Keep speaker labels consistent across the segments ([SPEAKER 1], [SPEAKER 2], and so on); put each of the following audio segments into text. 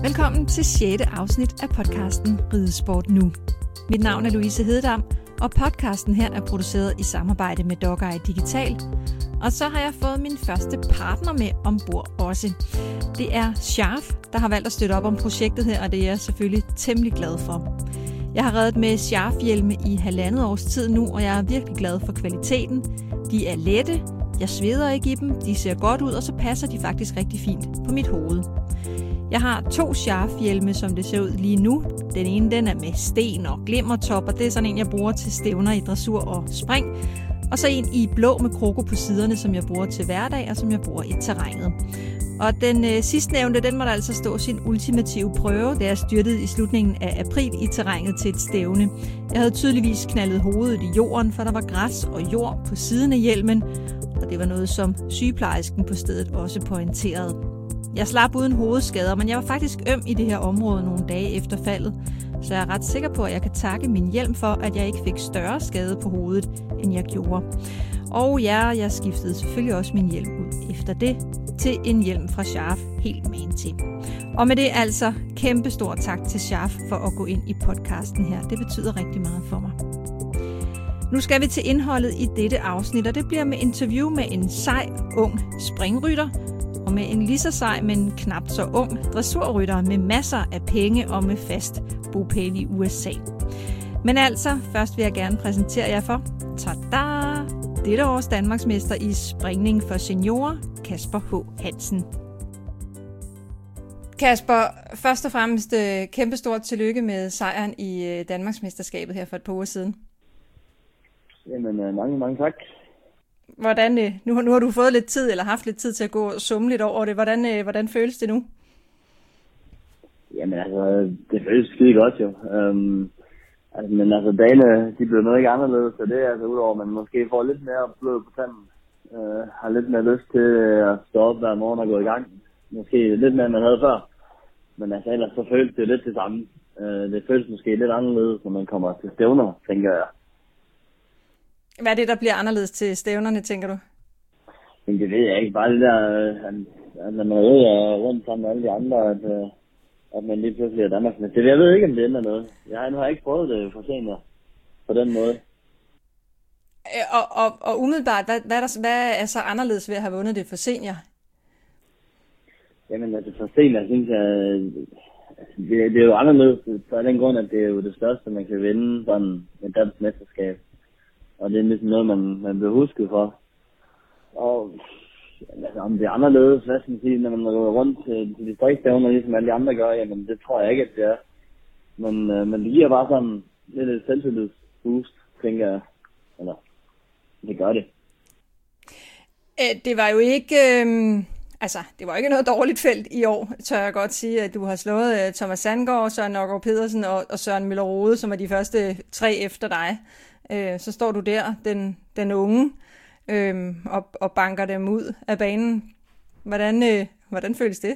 [SPEAKER 1] Velkommen til 6. afsnit af podcasten Ridesport Nu. Mit navn er Louise Hededam, og podcasten her er produceret i samarbejde med Dogeye Digital. Og så har jeg fået min første partner med ombord også. Det er Scharf, der har valgt at støtte op om projektet her, og det er jeg selvfølgelig temmelig glad for. Jeg har reddet med Scharf-hjelme i 1,5 års tid nu, og jeg er virkelig glad for kvaliteten. De er lette, jeg sveder ikke i dem, de ser godt ud, og så passer de faktisk rigtig fint på mit hoved. Jeg har 2 Scharf-hjelme, som det ser ud lige nu. Den ene den er med sten og glimmertop, og det er sådan en, jeg bruger til stævner i dressur og spring. Og så en i blå med kroko på siderne, som jeg bruger til hverdag, og som jeg bruger i terrænet. Og den sidstnævnte, den måtte altså stå sin ultimative prøve, da jeg styrtede i slutningen af april i terrænet til et stævne. Jeg havde tydeligvis knaldet hovedet i jorden, for der var græs og jord på siden af hjelmen, og det var noget, som sygeplejersken på stedet også pointerede. Jeg slap uden hovedskader, men jeg var faktisk øm i det her område nogle dage efter faldet, så jeg er ret sikker på, at jeg kan takke min hjelm for, at jeg ikke fik større skade på hovedet, end jeg gjorde. Og ja, jeg skiftede selvfølgelig også min hjelm ud efter det til en hjelm fra Scharf, helt magen til. Og med det altså kæmpestor tak til Scharf for at gå ind i podcasten her. Det betyder rigtig meget for mig. Nu skal vi til indholdet i dette afsnit, og det bliver med interview med en sej, ung springrytter, og med en lige så sej, men knap så ung dressurrytter med masser af penge og med fast bopæl i USA. Men altså, først vil jeg gerne præsentere jer for, tada! Dette års Danmarksmester i springning for seniorer, Kasper H. Hansen. Kasper, først og fremmest kæmpestort tillykke med sejren i Danmarksmesterskabet her for et par uger siden.
[SPEAKER 2] Jamen, mange tak.
[SPEAKER 1] Hvordan, nu har du fået lidt tid, eller haft lidt tid til at gå og summe lidt over det. Hvordan føles det nu?
[SPEAKER 2] Jamen altså, det føles skide godt jo. Men altså, dagene, de bliver noget ikke anderledes, så det er altså udover, at man måske får lidt mere blod på tanden. Har lidt mere lyst til at stå op hver morgen og gå i gang. Måske lidt mere, end man havde før. Men altså, ellers så føles det lidt det samme. Det føles måske lidt anderledes, når man kommer til stævner, tænker jeg.
[SPEAKER 1] Hvad er det, der bliver anderledes til stævnerne, tænker du?
[SPEAKER 2] Men det ved jeg ikke. Bare det der, at når man rider rundt sammen med alle de andre, at man lige pludselig er Danmarksmester. Jeg ved ikke, om det ændrer noget. Jeg har ikke prøvet det for senior på den måde.
[SPEAKER 1] Og umiddelbart, hvad er så anderledes ved at have vundet det for senior?
[SPEAKER 2] Jamen altså for senior, synes jeg, det er jo anderledes. Så er den grund, at det er jo det største, man kan vinde sådan et dansk mesterskab. Og det er ligesom noget, man bliver husket for. Og altså, om det er anderledes, hvad skal man sige, når man går rundt til de strikstævner, ligesom alle de andre gør, jamen det tror jeg ikke, at det er. Men det giver bare sådan lidt et selvtillidsboost, tænker jeg. Eller, det gør det.
[SPEAKER 1] Det var jo ikke... det var ikke noget dårligt felt i år, tør jeg godt sige, at du har slået Thomas Sandgaard, Søren Nørgaard Pedersen og Søren Møller Rode, som er de første 3 efter dig. Så står du der, den unge, og banker dem ud af banen. Hvordan føles det?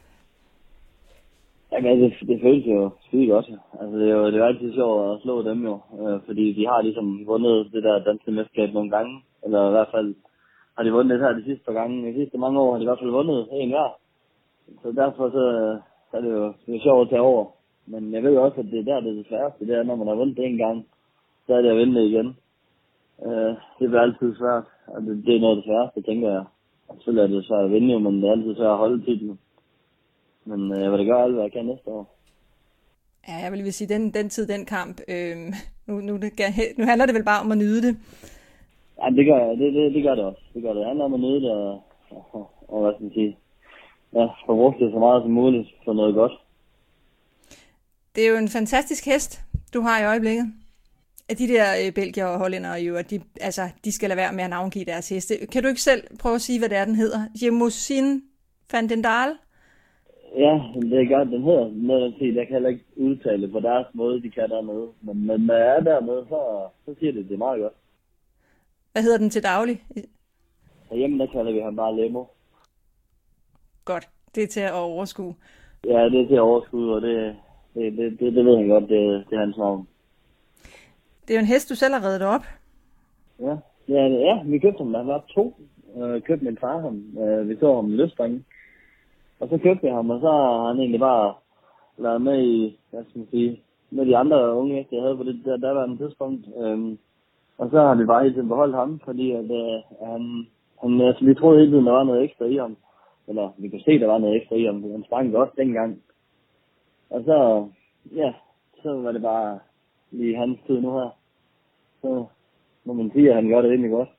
[SPEAKER 2] Jamen, det føles jo skide godt. Altså, det er jo altid sjovt at slå dem jo, fordi de har ligesom vundet det der danske mesterskab nogle gange, eller i hvert fald har de vundet det her de sidste par gange. De sidste mange år har de i hvert fald vundet en hver. Så derfor så er det jo sjovt at tage over. Men jeg ved også, at det er der, det er det sværeste. Det er, når man har vundet det en gang, så er det at vinde det igen. Det bliver altid svært. Og det er noget af det sværeste, tænker jeg. Selvfølgelig er det svært at vinde jo, men det er altid svært at holde titlen. Men jeg vil da gøre alt, hvad jeg kan næste år.
[SPEAKER 1] Ja, jeg vil sige, den tid, den kamp, nu handler det vel bare om at nyde det.
[SPEAKER 2] Ja, det gør det også. Det handler om at nyde det, og hvad skal man sige, ja, få brugt det så meget som muligt for noget godt.
[SPEAKER 1] Det er jo en fantastisk hest, du har i øjeblikket. At de der belgier og hollændere jo, at de skal lade være med at navngive deres heste. Kan du ikke selv prøve at sige, hvad det er, den hedder? Jemosin van den Daal?
[SPEAKER 2] Ja, det gør den hedder noget, jeg kan heller ikke udtale på deres måde, de kan dernede. Men når jeg er dernede, så siger det er meget godt.
[SPEAKER 1] Hvad hedder den til daglig?
[SPEAKER 2] Hjemme der kalder vi ham bare Lemo.
[SPEAKER 1] Godt, det er til at overskue.
[SPEAKER 2] Ja, det er til at overskue, og det ved han godt, det er hans navn.
[SPEAKER 1] Det er jo en hest, du selv har reddet op.
[SPEAKER 2] Ja, vi købte ham, der var 2. Købte min far ham. Vi så ham i løsspringen. Og så købte jeg ham, og så har han egentlig bare været med i, hvad skal man sige, med de andre unge heste, jeg havde på det der var en tidspunkt. Og så har vi bare hele tiden beholdt ham, fordi at, altså, vi troede hele tiden, der var noget ekstra i ham. Eller vi kunne se, der var noget ekstra i ham, han sprang godt dengang. Og så, ja, så var det bare lige hans tid nu her. Så må man sige, at han gør det rimelig godt.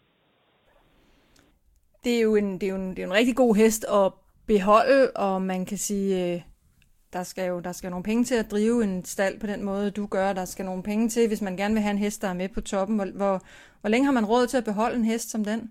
[SPEAKER 1] Det er jo en rigtig god hest at beholde, og man kan sige, der skal nogle penge til at drive en stald på den måde, du gør. Der skal nogle penge til, hvis man gerne vil have en hest, der er med på toppen. Hvor længe har man råd til at beholde en hest som den?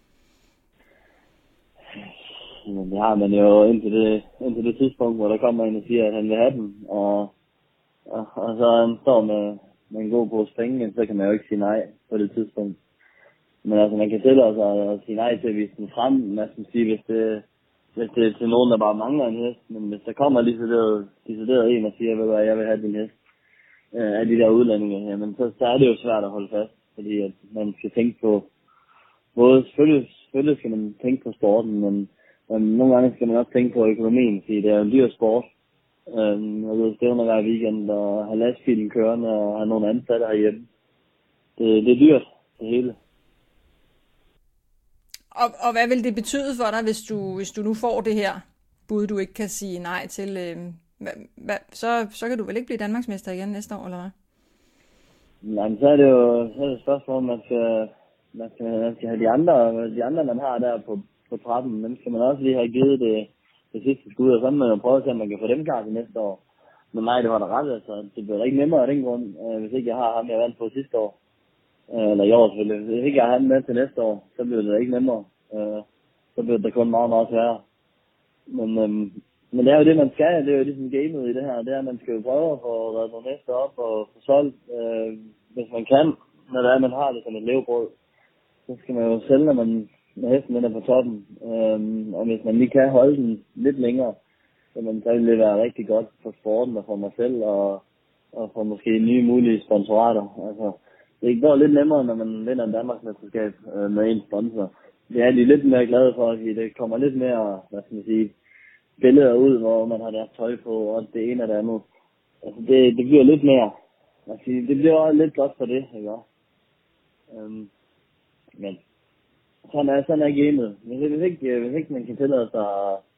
[SPEAKER 2] Men det har man jo indtil det tidspunkt, hvor der kommer en og siger, at han vil have den. Og så han står med en god pose penge, så kan man jo ikke sige nej på det tidspunkt. Men altså, man kan tillade sig at sige nej til at vise den frem. Man skal sige, hvis det er til nogen, der bare mangler en hest. Men hvis der kommer decideret en og siger, at jeg vil have din hest af de der udlændinge, jamen så er det jo svært at holde fast. Fordi at man skal tænke på, både selvfølgelig skal man tænke på sporten, men nogle gange skal man også tænke på økonomien, fordi det er en dyr sport. Jeg ved, stævner hver weekend, og have lastbilen kørende, og have nogle ansatte herhjemme. Det er dyrt, det hele.
[SPEAKER 1] Og hvad vil det betyde for dig, hvis du nu får det her bud, du ikke kan sige nej til? Så kan du vel ikke blive Danmarksmester igen næste år, eller hvad?
[SPEAKER 2] Nej, men så er det jo et spørgsmål, man skal have de andre, man har der på trappen. Dem skal man også lige have givet det sidste skud, og så må man jo prøve at se, om man kan få dem klar til næste år. Men nej, det var da ret, altså. Det bliver ikke nemmere af den grund, hvis ikke jeg har ham, jeg vandt på sidste år. Eller i år selvfølgelig. Hvis ikke jeg har ham med til næste år, så bliver det ikke nemmere. Så bliver det kun meget, meget sværere. Men det er jo det, man skal. Det er jo ligesom gamet i det her. Det er, at man skal jo prøve at få reddet nogle næste op og få solgt, hvis man kan. Når det er, man har det som et levebrød, så skal man jo sælge, når hesten den er på toppen. Og hvis man lige kan holde den lidt længere, så vil det være rigtig godt for sporten og for mig selv og for måske nye mulige sponsorater. Altså, det går lidt nemmere, når man vinder en Danmarksmesterskab med en sponsor. Det er de lidt mere glade for, at det kommer lidt mere, hvad skal man sige, billeder ud, hvor man har deres tøj på, og det ene og det andet. Altså, det bliver lidt mere. Altså, det bliver også lidt godt for det, ikke også? Men sådan er gamet. Hvis ikke man kan tillade sig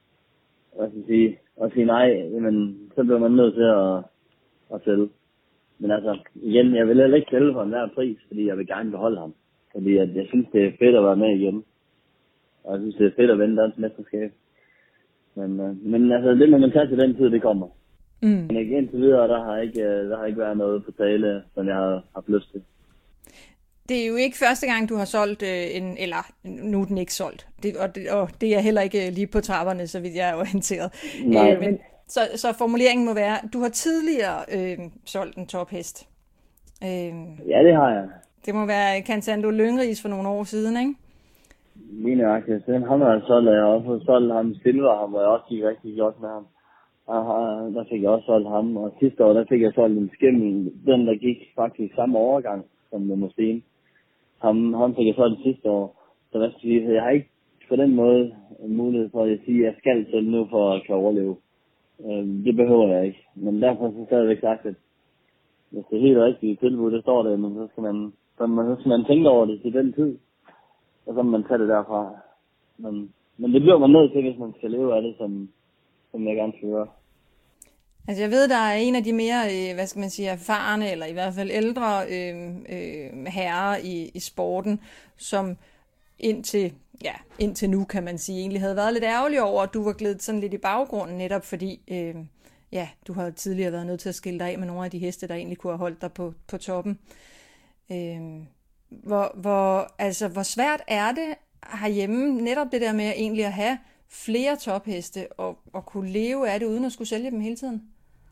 [SPEAKER 2] at sige nej, jamen, så bliver man nødt til at sælge. Men altså, igen, jeg vil heller ikke sælge for enhver pris, fordi jeg vil gerne beholde ham. Fordi jeg synes, det er fedt at være med igen. Og jeg synes, det er fedt at vinde dansk mesterskab. Men altså, det må man tage til den tid, det kommer. Men igen til videre, der har ikke været noget på tale, som jeg har haft lyst til.
[SPEAKER 1] Det er jo ikke første gang, du har solgt eller nu er den ikke solgt. Og det er heller ikke lige på trapperne, så vidt jeg er orienteret. Men så formuleringen må være, du har tidligere solgt en tophest.
[SPEAKER 2] Ja, det har jeg.
[SPEAKER 1] Det må være Cantando Lyngris for nogle år siden, ikke?
[SPEAKER 2] Lige nøjagtigt. Den ham har jeg solgt, og jeg har også solgt ham Silver, hvor jeg også gik rigtig godt med ham. Og der fik jeg også solgt ham, og sidste år, der fik jeg solgt en Skimmel, den der gik faktisk samme overgang som Limousine. Ham fik jeg solgt sidste år. Så hvad skal jeg sige, jeg har ikke på den måde en mulighed for at sige, at jeg skal sælge nu for at kan overleve. Det behøver jeg ikke. Men derfor så stadigvæk sagt, at hvis det er helt rigtigt tilbud, det står der, men så skal man tænke over det til den tid. Og så må man tage det derfra. Men det bliver man nødt til, hvis man skal leve af det, som jeg gerne skal gøre.
[SPEAKER 1] Altså jeg ved, der er en af de mere, hvad skal man sige, erfarne, eller i hvert fald ældre herrer i sporten, som indtil nu, kan man sige, egentlig havde været lidt ærgerlig over, at du var gledet sådan lidt i baggrunden, netop fordi, du har tidligere været nødt til at skille dig af med nogle af de heste, der egentlig kunne have holdt dig på toppen. Hvor svært er det herhjemme, netop det der med egentlig at have flere topheste og kunne leve af det, uden at skulle sælge dem hele tiden?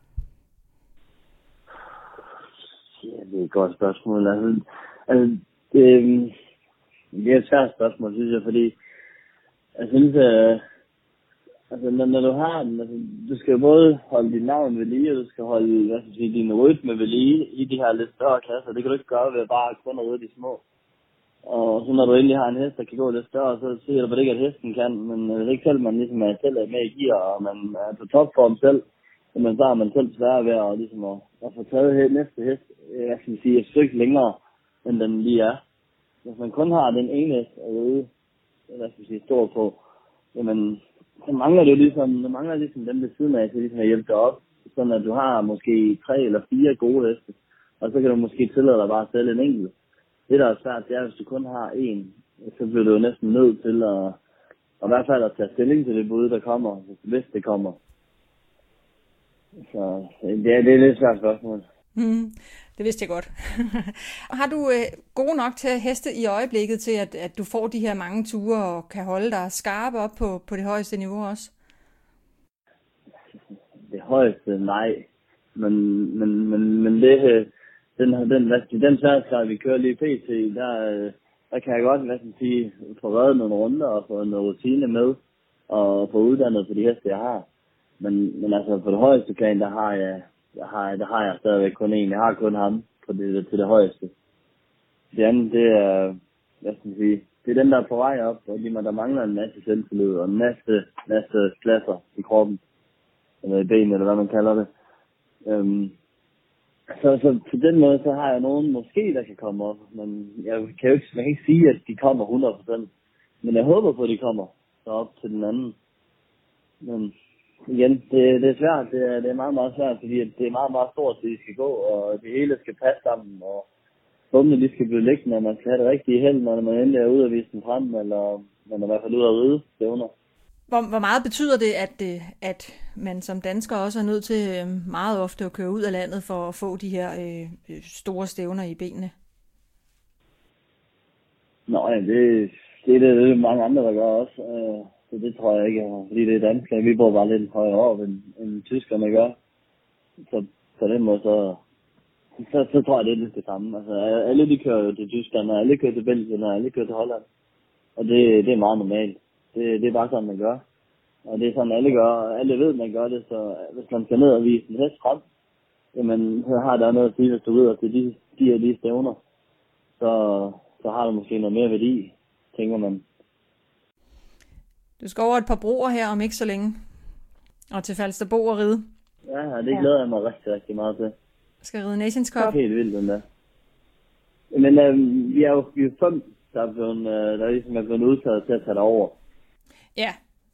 [SPEAKER 2] Ja, det er et godt spørgsmål. Altså det er et svært spørgsmål, synes jeg, fordi jeg synes, når du har den, altså, du skal jo både holde dit navn ved lige, og du skal holde din rytme ved lige i de her lidt større klasser. Det kan du ikke gøre ved at bare kun at ride de små. Og så når du endelig har en hest, der kan gå lidt større, så siger du bare ikke, at hesten kan. Men hvis ikke selv man ligesom er selv med i gear, og man er på topform selv, jamen, så har man selv svært ved at, ligesom at få taget næste hest, jeg skal sige, et stykke længere, end den lige er. Hvis man kun har den ene hest at ride, hvad skal jeg sige, stor på, jamen, så mangler det jo ligesom dem ved siden af, til ligesom at hjælpe dig op, sådan at du har måske 3 eller 4 gode heste, og så kan du måske tillade dig bare at sælge en enkelt. Det, der er svært, det er, hvis du kun har en, så bliver du jo næsten nødt til at i hvert fald at tage stilling til det bud, der kommer, hvis det kommer. Så det er et lidt svært spørgsmål.
[SPEAKER 1] Det vidste jeg godt. Har du gode nok til at heste i øjeblikket til, at du får de her mange ture og kan holde dig skarp op på det højeste niveau også?
[SPEAKER 2] Det højeste, nej. Men det, den sværhedsgrad, vi kører lige pt, der kan jeg godt, få reddet nogle runder og få noget rutine med og få uddannet på de heste, jeg har. Men altså på det højeste plan, der har jeg stadigvæk kun en. Jeg har kun ham til det højeste. Det andet, det er, det er den, der er på vej op, og der mangler en masse selvtillid og en masse pladser i kroppen, eller i benene, eller hvad man kalder det. Så på den måde, så har jeg nogen måske, der kan komme op, men man kan ikke sige, at de kommer 100%. Men jeg håber på, at de kommer så op til den anden. Men igen, det er svært. Det er meget, meget svært, fordi det er meget, meget stort, det de skal gå, og det hele skal passe sammen, og bummene, de skal blive liggende, og man skal have det rigtige held, når man endelig er ude at vise den frem, eller man er i hvert fald ude at ride stævner.
[SPEAKER 1] Hvor meget betyder det, at man som dansker også er nødt til meget ofte at køre ud af landet for at få de her store stævner i benene?
[SPEAKER 2] Nå ja, det er det mange andre, der gør også. Så det tror jeg ikke, fordi det er danskere. Vi bor bare lidt højere op, end tyskerne gør. Så på den måde, så tror jeg, det er lidt det samme. Altså, alle de kører jo til Tyskland, og alle kører til Belgien, og alle kører til Holland. Og det er meget normalt. Det er bare sådan, man gør. Og det er sådan, alle gør, og alle ved, man gør det, så hvis man skal ned og vise en hest frem, jamen, så har der noget at sige, hvis du ved, at det er de stævner, så har du måske noget mere værdi, tænker man.
[SPEAKER 1] Du skal over et par broer her om ikke så længe, og til Falsterbo og ride.
[SPEAKER 2] Ja, det glæder jeg mig rigtig, rigtig meget til.
[SPEAKER 1] Skal ride Nations Cup?
[SPEAKER 2] Helt vildt, den der. Men vi er jo 5, der ligesom er blevet udtaget til at tage det over.
[SPEAKER 1] Ja.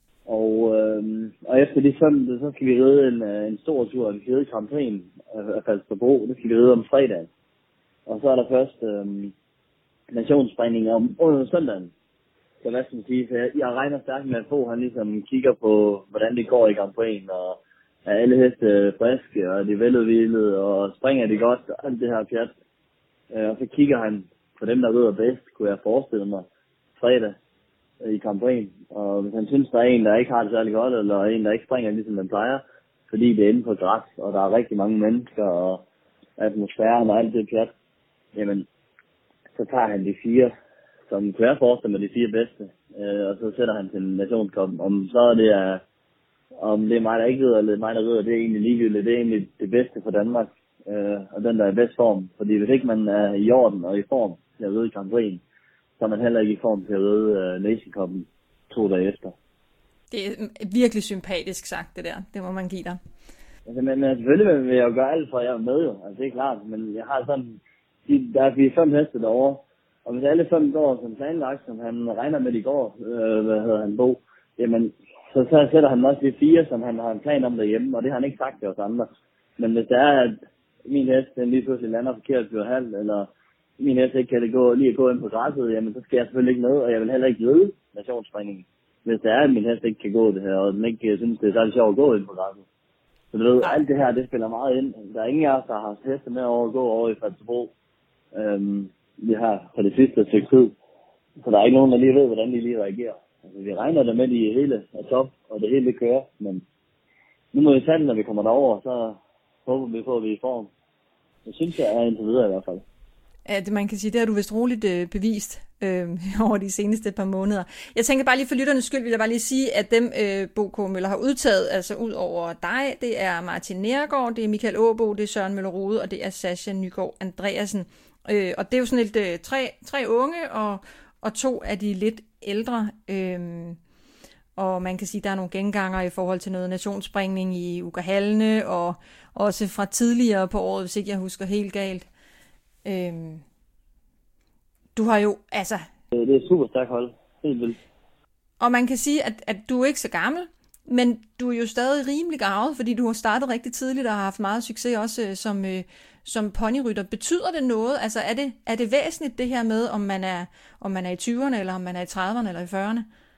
[SPEAKER 2] Og efter de 5, så skal vi ride en stor tur, vi skal ride Grand Prix af Falsterbro. Det skal vi ride om fredagen. Og så er der først nationsspringning under søndagen. Så hvad skal man sige, så jeg regner stærkt med at få, han ligesom kigger på, hvordan det går i Grand Prix, og er alle heste friske, og de er veludvilede, og springer de godt, og alt det her pjat. Og så kigger han på dem, der rider bedst, kunne jeg forestille mig, fredag i Grand Prix. Og hvis han synes, der er en, der ikke har det særlig godt, eller en, der ikke springer ligesom den plejer, fordi det er inde på græs, og der er rigtig mange mennesker, og atmosfæren og alt det pjat, jamen, så tager han de 4, som kunne jeg forestille mig, de 4 bedste, og så sætter han til en nationskoppen. Om det er mig, der ikke rider, eller mig, der rider, det er egentlig ligegyldigt. Det er egentlig det bedste for Danmark, og den, der er i bedst form. Fordi hvis ikke man er i orden og i form til at ride Grand Prix, så er man heller ikke i form til at ride Nationskoppen 2 dage efter. Det
[SPEAKER 1] er virkelig sympatisk sagt, det der. Det må man give dig.
[SPEAKER 2] Altså, men selvfølgelig vil jeg jo gøre alt for, at jeg er med jo. Altså, det er klart. Men jeg har sådan, der er 5 heste derovre. Og hvis alle 5 går som planlagt, som han regner med, de går, Bo, jamen, så sætter han også de 4, som han har en plan om derhjemme, og det har han ikke sagt til os andre. Men hvis det er, at min hest den lige pludselig lander forkert på halv, eller min hest ikke kan lige at gå ind på græsset, jamen så skal jeg selvfølgelig ikke med, og jeg vil heller ikke ride nationsspringningen. Hvis det er, at min hest ikke kan gå det her, og den ikke synes, det er særlig sjovt at gå ind på græsset. Så du ved, alt det her, det spiller meget ind. Der er ingen af os, der har haft heste med over at gå over i Falsterbro. Det her for det sidste stykke tid. Så der er ikke nogen, der lige ved, hvordan de lige reagerer. Altså, vi regner det med, de hele er top, og det hele kører, men nu må vi tage det, når vi kommer derover, så håber vi på, at vi er i form. Det synes jeg er indtil videre i hvert fald.
[SPEAKER 1] Ja, det man kan sige, det har du vist roligt bevist over de seneste par måneder. Jeg tænker bare lige for lytternes skyld, vil jeg bare lige sige, at dem Bo K. Møller har udtaget, altså ud over dig, det er Martin Nergård, det er Michael Åbo, det er Søren Møller Rode, og det er Sascha Nygaard Andreasen. Og det er jo sådan lidt tre unge, og 2 af de lidt ældre. og man kan sige, at der er nogle genganger i forhold til noget nationsspringning i Ugerhalne, og også fra tidligere på året, hvis ikke jeg husker helt galt. Du har jo, altså...
[SPEAKER 2] Det er et super stærkt hold. Helt vildt.
[SPEAKER 1] Og man kan sige, at du er ikke så gammel, men du er jo stadig rimelig garvet, fordi du har startet rigtig tidligt og har haft meget succes også som ponyrytter. Betyder det noget? Altså er det væsentligt det her med, om man er i 20'erne, eller om man er i 30'erne eller i 40'erne?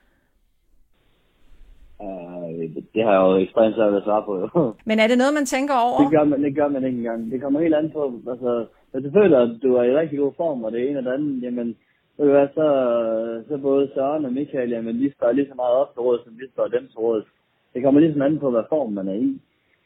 [SPEAKER 2] Det har jeg jo ekstremt svært at svare på. Jo.
[SPEAKER 1] Men er det noget, man tænker over?
[SPEAKER 2] Det gør man ikke engang. Det kommer helt an på, altså, hvis du føler, at du er i rigtig god form, og det ene og det andet, jamen, ved du hvad, så både Søren og Michael, jamen, de står lige så meget op til rådet, som de står dem til rådet. Det kommer ligesom an på, hvad form man er i.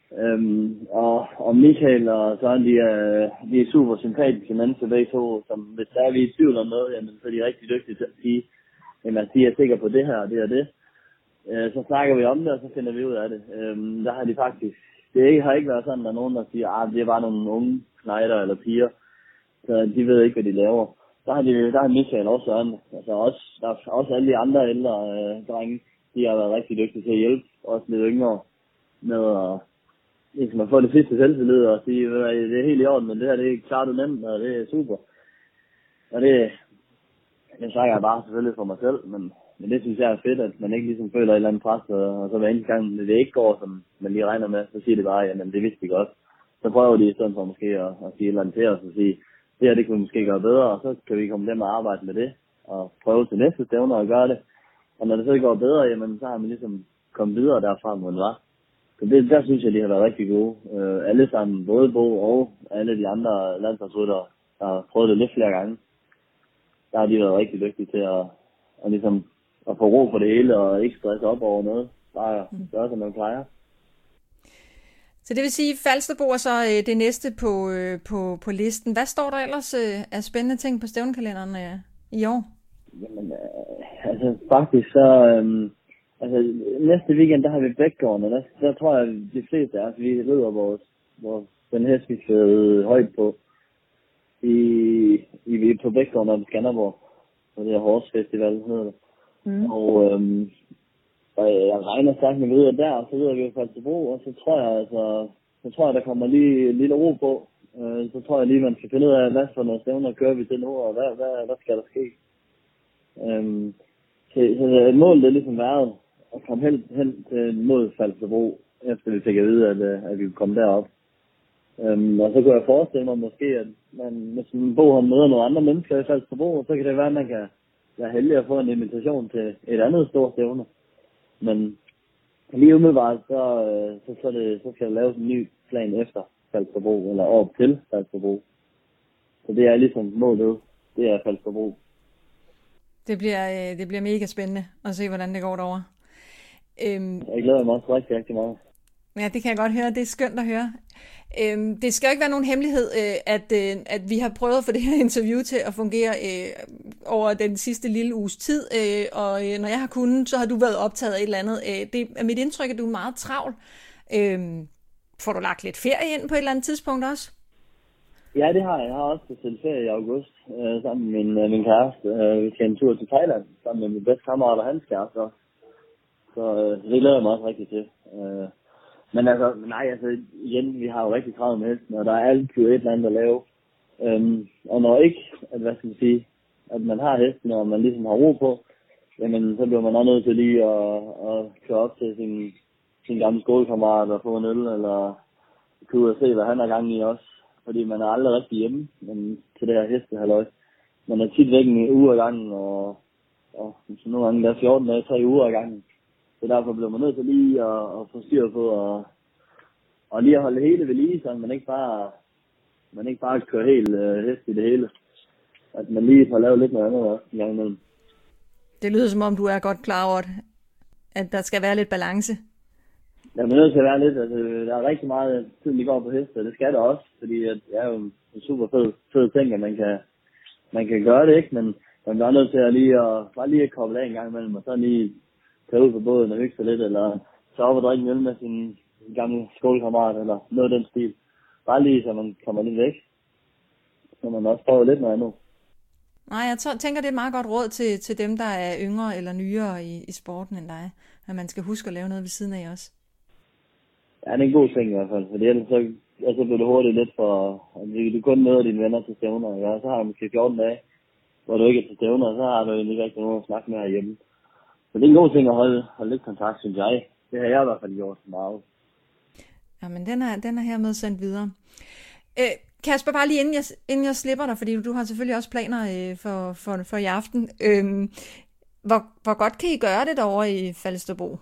[SPEAKER 2] Og Michael og Søren, de er super sympatiske mennesker begge to, som hvis der er vi i tvivl om noget, jamen, så er de rigtig dygtige til at sige, jamen, de er sikre på det her og det og det. Så snakker vi om det, og så finder vi ud af det. Der har de faktisk, har ikke været sådan, at der er nogen, der siger, det er bare nogle unge knejder eller piger, så de ved ikke, hvad de laver. Der har Michael også Søren, altså også alle de andre ældre drenge, de har været rigtig dygtige til at hjælpe, også lidt yngre, med at få det sidste selvtillid og sige, det er helt i orden, men det her, det er klart og nemt, og det er super. Og det snakker jeg bare selvfølgelig for mig selv, men det synes jeg er fedt, at man ikke ligesom føler et eller andet pres, og så hver eneste gang, det ikke går, som man lige regner med, så siger det bare, jamen det vidste vi godt. Så prøver de i stedet for måske at sige et eller andet til os og sige, det her det kan vi måske gøre bedre, og så kan vi komme dem og arbejde med det, og prøve til næste stævner at gøre det. Og når det så går bedre, jamen så har man ligesom kommet videre derfra, hvor det var. Så der synes jeg, de har været rigtig gode. Alle sammen, både Bo og alle de andre landsholdsryttere, der har prøvet det lidt flere gange. Der har de været rigtig dygtige til at ligesom at få ro på det hele, og ikke stresse op over noget. Bare gøre, som man plejer.
[SPEAKER 1] Så det vil sige, at Falsterbo er så det næste på listen. Hvad står der ellers af spændende ting på stævnekalenderen i år? Jamen,
[SPEAKER 2] altså faktisk så... næste weekend, der har vi Bækgården, og der tror jeg, de fleste af os, vi rider den hest, vi skal højt på på Bækgården og på Skanderborg. Og det er Horse Festival, hedder det. Og jeg regner sagt med videre der, og så videre vi i Falsterbro, og så tror jeg, der kommer lige en lille ro på. Så tror jeg lige, man skal finde ud af, hvad for nogle stævner kører vi til nu, og hvad skal der ske. Så et mål, det er ligesom været at komme hen mod Falsterbro, efter vi fik at vide, at vi kunne komme derop. Og så kunne jeg forestille mig måske, at hvis man møder nogle andre mennesker i Falsterbro, så kan det være, at man kan være heldig at få en invitation til et andet stort stævne. Men lige umiddelbart, så skal der laves en ny plan efter Falsterbro, eller op til Falsterbro. Så det er ligesom målet, det er Falsterbro.
[SPEAKER 1] Det bliver mega spændende at se, hvordan det går derovre.
[SPEAKER 2] Jeg glæder mig også rigtig, rigtig meget.
[SPEAKER 1] Ja, det kan jeg godt høre. Det er skønt at høre. Det skal jo ikke være nogen hemmelighed, at vi har prøvet at få det her interview til at fungere over den sidste lille uges tid. Og når jeg har kunnet, så har du været optaget af et eller andet. Det er mit indtryk, at du er meget travl. Får du lagt lidt ferie ind på et eller andet tidspunkt også?
[SPEAKER 2] Ja, det har jeg. Jeg har også bestilt ferie i august sammen med min kæreste. Vi skal en tur til Thailand sammen med min bedste kammerat og hans kæreste. Så det glæder jeg mig også rigtig til. Men igen, vi har jo rigtig travlt med hesten, og der er altid et eller andet at lave. Og når ikke, at man har hesten, og man ligesom har ro på, jamen så bliver man også nødt til lige at køre op til sin gamle skolekammerat og få en øl, eller kunne ud og se, hvad han har gang i også. Fordi man er aldrig rigtig hjemme til det her hestehalløj. Man er tit væk en uge ad gangen, og så nogle gange der er 14 dage, 3 uger ad gangen. Så derfor bliver man nødt til lige at få styr på, og lige at holde det hele ved lige, så man ikke bare kører helt hest i det hele. At man lige får lavet lidt noget andet også en gang imellem.
[SPEAKER 1] Det lyder som om, du er godt klar over, at der skal være lidt balance.
[SPEAKER 2] Ja, man er nødt til at være lidt, der er rigtig meget tid, vi går på heste, og det skal der også, fordi det er jo en super fed ting, at man kan gøre det, ikke? Men man bliver nødt til at bare lige at koble af en gang imellem, og så lige tage ud på båden og hygge sig lidt, eller så op og drikke en øl med sin gamle skolekammerat, eller noget af den stil. Bare lige, så man kommer lidt væk. Så man også prøver lidt noget andet.
[SPEAKER 1] Nej, jeg tænker, det er et meget godt råd til dem, der er yngre eller nyere i sporten end dig. At man skal huske at lave noget ved siden af også.
[SPEAKER 2] Ja, det er en god ting i hvert fald. Fordi ellers så bliver det hurtigt lidt for... Altså, du kun møder dine venner til stævner. Ja, så har du måske 14 dage, hvor du ikke er til stævner, og så har du egentlig ikke rigtig nogen at snakke med herhjemme. Så det er en god ting at holde lidt kontakt, synes jeg. Det har jeg i hvert fald gjort meget.
[SPEAKER 1] Jamen, den er hermed sendt videre. Kasper, bare lige inden jeg slipper dig, fordi du har selvfølgelig også planer for i aften. Hvor godt kan I gøre det derovre i Falsterbo?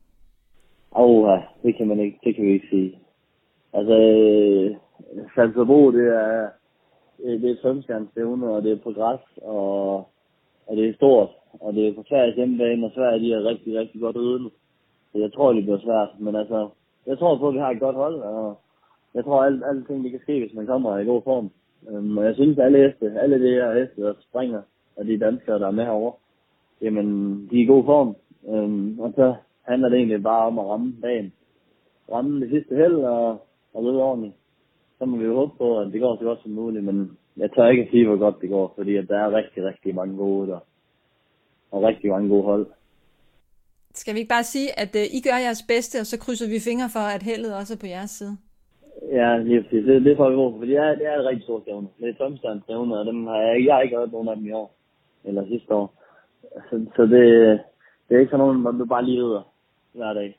[SPEAKER 2] Det kan man ikke. Det kan vi ikke sige. Altså, Falsterbo, det er et femstjernsstævne, og det er på græs, og det er stort, og det er på Sveriges hjemmebane, og Sverige, de er rigtig, rigtig godt ydende. Så jeg tror, det bliver svært, men altså, jeg tror på, at vi har et godt hold, og jeg tror, at alle ting, det kan ske, hvis man kommer i god form. Og jeg synes, at alle de her heste, der springer, og de danskere, der er med herovre, jamen, de er i god form. Og så handler det egentlig bare om at ramme dagen. Ramme det sidste held, og løbe ordentligt. Så må vi jo håbe på, at det går så godt som muligt, men jeg tør ikke at sige, hvor godt det går, fordi at der er rigtig, rigtig mange gode der. Og rigtig mange gode hold.
[SPEAKER 1] Skal vi ikke bare sige, at I gør jeres bedste, og så krydser vi fingre for, at heldet også er på jeres side?
[SPEAKER 2] Ja, lige præcis. Det får vi håbe, for det er et rigtig stort stævne. Det er tomstjernstævne, og dem har jeg har ikke hørt nogen af dem i år. Eller sidste år. Så det er ikke sådan nogen, du bare lige rider hver dag.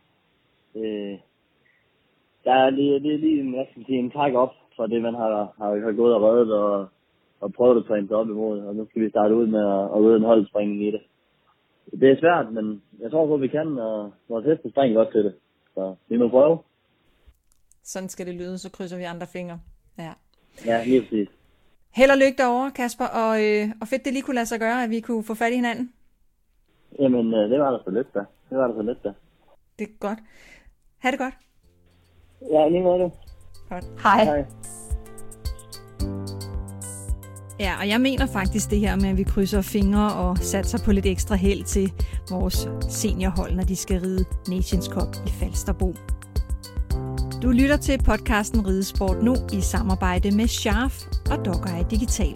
[SPEAKER 2] Det er lige en træk op for det, man har gået og reddet og prøvet at træne sig op imod. Og nu skal vi starte ud med at ride en holdspringning i det. Det er svært, men jeg tror på, at vi kan, og vores heste springer godt til det. Så vi må prøve.
[SPEAKER 1] Sådan skal det lyde, så krydser vi andre fingre.
[SPEAKER 2] Ja, lige præcis.
[SPEAKER 1] Held og lykke derovre, Kasper, og fedt det lige kunne lade sig gøre, at vi kunne få fat i hinanden.
[SPEAKER 2] Jamen, det var der så lidt da.
[SPEAKER 1] Det er godt. Ha' det godt.
[SPEAKER 2] Ja, lige måde du.
[SPEAKER 1] Godt. Hej. Ja, og jeg mener faktisk det her med, at vi krydser fingre og satser på lidt ekstra held til vores seniorhold, når de skal ride Nations Cup i Falsterbo. Du lytter til podcasten Ridesport Nu i samarbejde med Scharf og Dogeye Digital.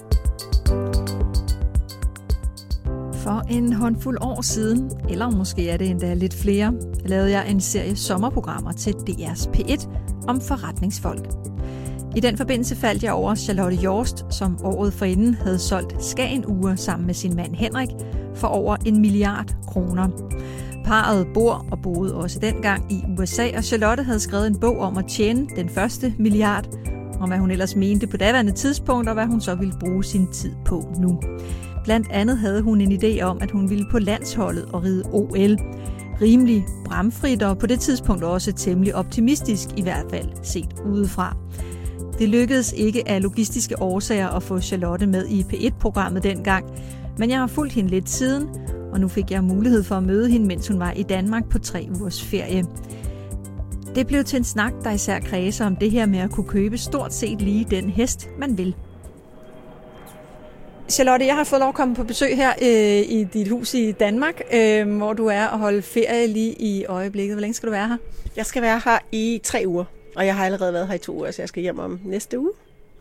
[SPEAKER 1] For en håndfuld år siden, eller måske er det endda lidt flere, lavede jeg en serie sommerprogrammer til DR's P1 om forretningsfolk. I den forbindelse faldt jeg over Charlotte Jorst, som året forinden havde solgt Skagen Ure sammen med sin mand Henrik for over 1 milliard kroner. Parret bor og boede også dengang i USA, og Charlotte havde skrevet en bog om at tjene den første milliard, om hvad hun ellers mente på daværende tidspunkt, og hvad hun så ville bruge sin tid på nu. Blandt andet havde hun en idé om, at hun ville på landsholdet og ride OL. Rimelig bramfrit og på det tidspunkt også temmelig optimistisk, i hvert fald set udefra. Det lykkedes ikke af logistiske årsager at få Charlotte med i P1-programmet dengang, men jeg har fulgt hende lidt siden, og nu fik jeg mulighed for at møde hende, mens hun var i Danmark på 3 ugers ferie. Det blev til en snak, der især kredser om det her med at kunne købe stort set lige den hest, man vil. Charlotte, jeg har fået lov at komme på besøg her i dit hus i Danmark, hvor du er og holde ferie lige i øjeblikket. Hvor længe skal du være her?
[SPEAKER 3] Jeg skal være her i 3 uger, og jeg har allerede været her i 2 uger, så jeg skal hjem om næste uge.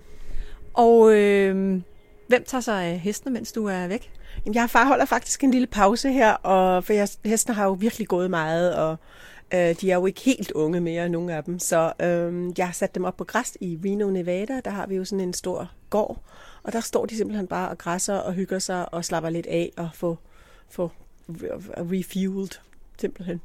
[SPEAKER 1] Og hvem tager sig af hestene, mens du er væk?
[SPEAKER 3] Jeg holder faktisk en lille pause her, for hestene har jo virkelig gået meget, og de er jo ikke helt unge mere, nogle af dem. Så jeg har sat dem op på græs i Reno, Nevada. Der har vi jo sådan en stor gård, og der står de simpelthen bare og græsser og hygger sig og slapper lidt af og få refueled, simpelthen.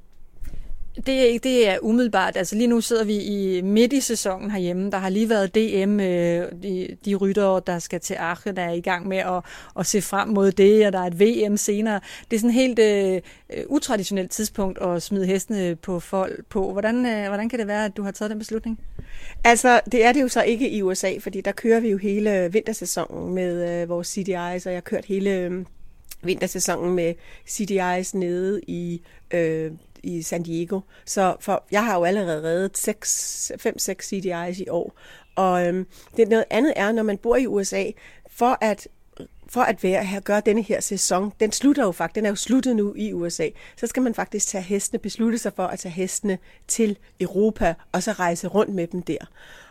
[SPEAKER 1] Det er umiddelbart. Altså lige nu sidder vi midt i sæsonen herhjemme. Der har lige været DM, de ryttere, der skal til Aachen, der er i gang med at se frem mod det, og der er et VM senere. Det er sådan et helt utraditionelt tidspunkt at smide hestene på fold på. Hvordan kan det være, at du har taget den beslutning?
[SPEAKER 3] Altså, det er det jo så ikke i USA, fordi der kører vi jo hele vintersæsonen med vores CDI's, og jeg har kørt hele vintersæsonen med CDI's nede i San Diego. Så jeg har jo allerede reddet 5-6 CDI's i år. Og det noget andet er, når man bor i USA, for at gøre denne her sæson, den er jo sluttet nu i USA, så skal man faktisk beslutte sig for at tage hestene til Europa, og så rejse rundt med dem der.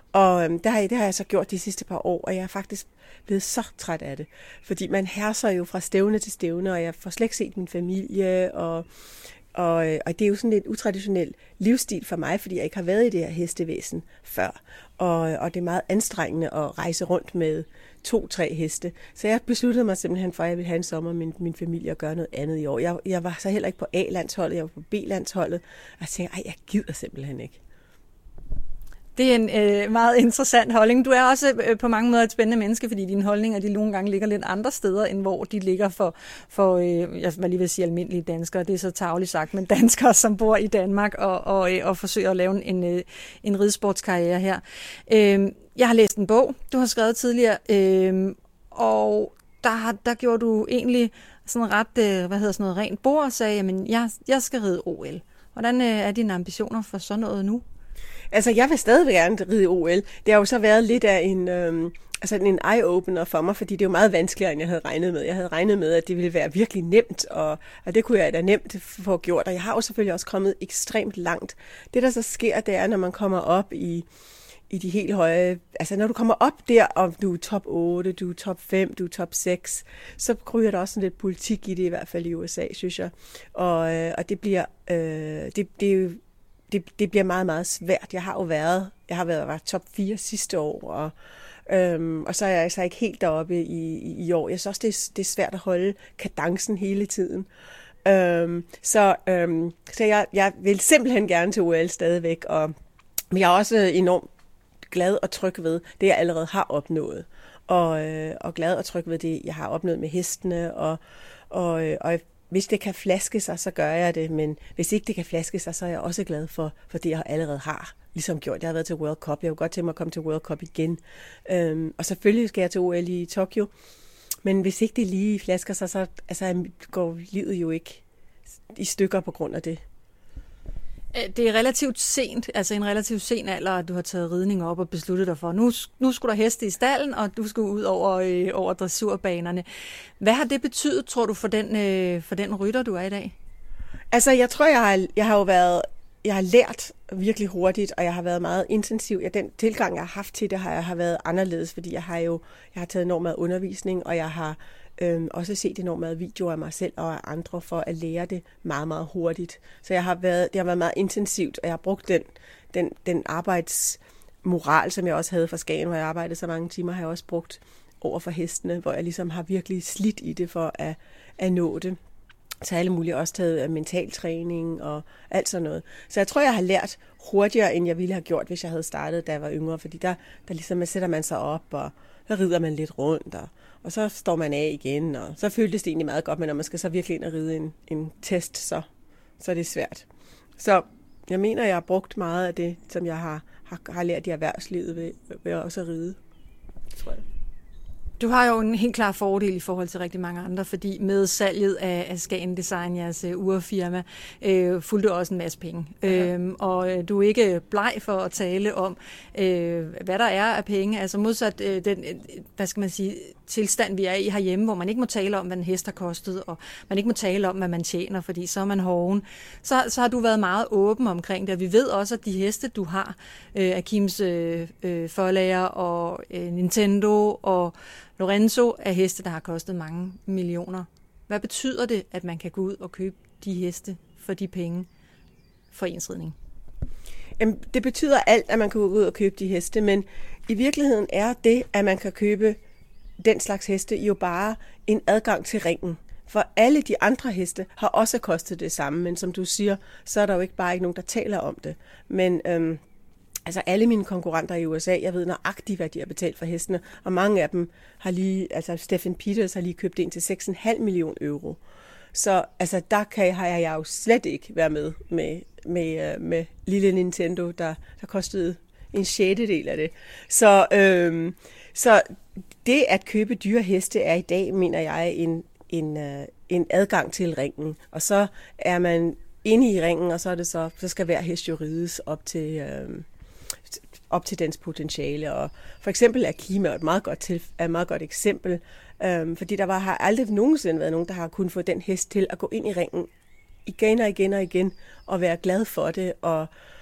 [SPEAKER 3] Og det har jeg så gjort de sidste par år, og jeg er faktisk blevet så træt af det. Fordi man herser jo fra stævne til stævne, og jeg får slet ikke set min familie, og det er jo sådan lidt utraditionel livsstil for mig, fordi jeg ikke har været i det her hestevæsen før. Og det er meget anstrengende at rejse rundt med 2-3 heste. Så jeg besluttede mig simpelthen for, at jeg ville have en sommer med min familie og gøre noget andet i år. Jeg var så heller ikke på A-landsholdet, jeg var på B-landsholdet. Og jeg tænkte, jeg gider simpelthen ikke.
[SPEAKER 1] Det er en meget interessant holdning. Du er også på mange måder et spændende menneske, fordi dine holdninger de nogle gange ligger lidt andre steder, end hvor de ligger for jeg vil lige vil sige almindelige danskere. Det er så tarveligt sagt, men danskere, som bor i Danmark og forsøger at lave en ridsportskarriere her. Jeg har læst en bog, du har skrevet tidligere, og der gjorde du egentlig sådan ret, rent bord og sagde, jamen jeg skal ride OL. Hvordan er dine ambitioner for sådan noget nu?
[SPEAKER 3] Altså, jeg vil stadig gerne ride OL. Det har jo så været lidt af en eye-opener for mig, fordi det er jo meget vanskeligere, end jeg havde regnet med. Jeg havde regnet med, at det ville være virkelig nemt, og det kunne jeg da nemt få gjort. Og jeg har jo selvfølgelig også kommet ekstremt langt. Det, der så sker, det er, når man kommer op i de helt høje... Altså, når du kommer op der, og du er top 8, du er top 5, du er top 6, så kryger der også sådan lidt politik i det, i hvert fald i USA, synes jeg. Og det bliver... Det bliver meget, meget svært. Jeg har været top 4 sidste år, og så er jeg altså ikke helt deroppe i år. Jeg synes også, det er svært at holde kadencen hele tiden. Så jeg vil simpelthen gerne til OL stadigvæk, men jeg er også enormt glad og tryg ved det, jeg allerede har opnået. Og glad og tryg ved det, jeg har opnået med hestene, og hvis det kan flaske sig, så gør jeg det, men hvis ikke det kan flaske sig, så er jeg også glad for det, jeg allerede har ligesom gjort. Jeg har været til World Cup, jeg kunne godt tænke mig at komme til World Cup igen. Og selvfølgelig skal jeg til OL i Tokyo, men hvis ikke det lige flasker sig, så går livet jo ikke i stykker på grund af det.
[SPEAKER 1] Det er relativt sent, altså en relativt sen alder, at du har taget ridning op og besluttet dig for, nu skulle der heste i stallen, og du skulle ud over dressurbanerne. Hvad har det betydet, tror du, for den rytter, du er i dag? Altså, jeg tror,
[SPEAKER 3] jeg har lært virkelig hurtigt, og jeg har været meget intensiv. Den tilgang, jeg har haft til det, har været anderledes, fordi jeg har taget enormt meget undervisning, og jeg har også set enormt meget videoer af mig selv og af andre for at lære det meget, meget hurtigt. Så det har været meget intensivt, og jeg har brugt den arbejdsmoral, som jeg også havde fra Skagen, hvor jeg arbejdede så mange timer, har jeg også brugt over for hestene, hvor jeg ligesom har virkelig slidt i det for at nå det. Så alle mulige også taget mentaltræning og alt sådan noget. Så jeg tror, jeg har lært hurtigere, end jeg ville have gjort, hvis jeg havde startet, da jeg var yngre, fordi der ligesom sætter man sig op, og der rider man lidt rundt, og så står man af igen, og så føltes det egentlig meget godt, men når man skal så virkelig ind og ride en test, så er det svært. Så jeg mener, jeg har brugt meget af det, som jeg har lært i erhvervslivet ved også at ride, tror jeg.
[SPEAKER 1] Du har jo en helt klar fordel i forhold til rigtig mange andre, fordi med salget af Skagen Design, jeres urfirma, fulgte også en masse penge. Og du er ikke bleg for at tale om, hvad der er af penge. Altså modsat den, tilstand, vi er i herhjemme, hvor man ikke må tale om, hvad en hest har kostet, og man ikke må tale om, hvad man tjener, fordi så er man hoven. Så har du været meget åben omkring det, og vi ved også, at de heste, du har, Akims forlager og Nintendo og Lorenzo, er heste, der har kostet mange millioner. Hvad betyder det, at man kan gå ud og købe de heste for de penge for ens ridning?
[SPEAKER 3] Jamen, det betyder alt, at man kan gå ud og købe de heste, men i virkeligheden er det, at man kan købe den slags heste, jo bare en adgang til ringen. For alle de andre heste har også kostet det samme, men som du siger, så er der jo ikke nogen, der taler om det. Men alle mine konkurrenter i USA, jeg ved nøjagtigt, hvad de har betalt for hestene, og mange af dem har Stephen Peters har lige købt ind til 6,5 millioner euro. Så der har jeg jo slet ikke været med lille Nintendo, der kostede en sjettedel af det. Så det at købe dyre heste er i dag, mener jeg, en adgang til ringen. Og så er man inde i ringen, og så skal hver hest jo rides op til dens potentiale. Og for eksempel Akim er et meget godt eksempel, fordi har aldrig nogensinde været nogen, der har kunnet få den hest til at gå ind i ringen igen og igen og igen, og være glad for det,